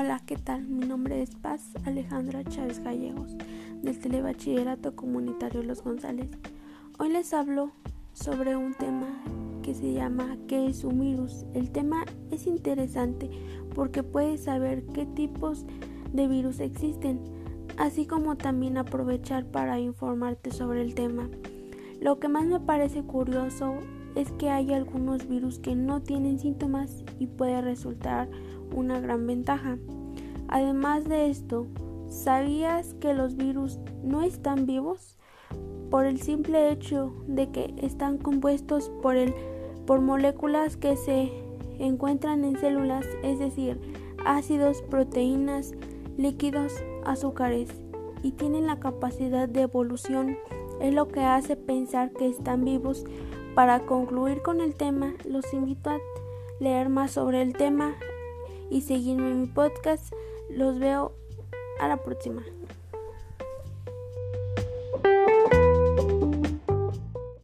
Hola, ¿qué tal? Mi nombre es Paz Alejandra Chávez Gallegos, del Telebachillerato Comunitario Los González. Hoy les hablo sobre un tema que se llama ¿qué es un virus? El tema es interesante porque puedes saber qué tipos de virus existen, así como también aprovechar para informarte sobre el tema. Lo que más me parece curioso es que hay algunos virus que no tienen síntomas y puede resultar una gran ventaja. Además de esto, ¿sabías que los virus no están vivos? Por el simple hecho de que están compuestos por moléculas que se encuentran en células, es decir, ácidos, proteínas, líquidos, azúcares, y tienen la capacidad de evolución, es lo que hace pensar que están vivos. Para concluir con el tema, los invito a leer más sobre el tema y seguirme en mi podcast. Los veo a la próxima.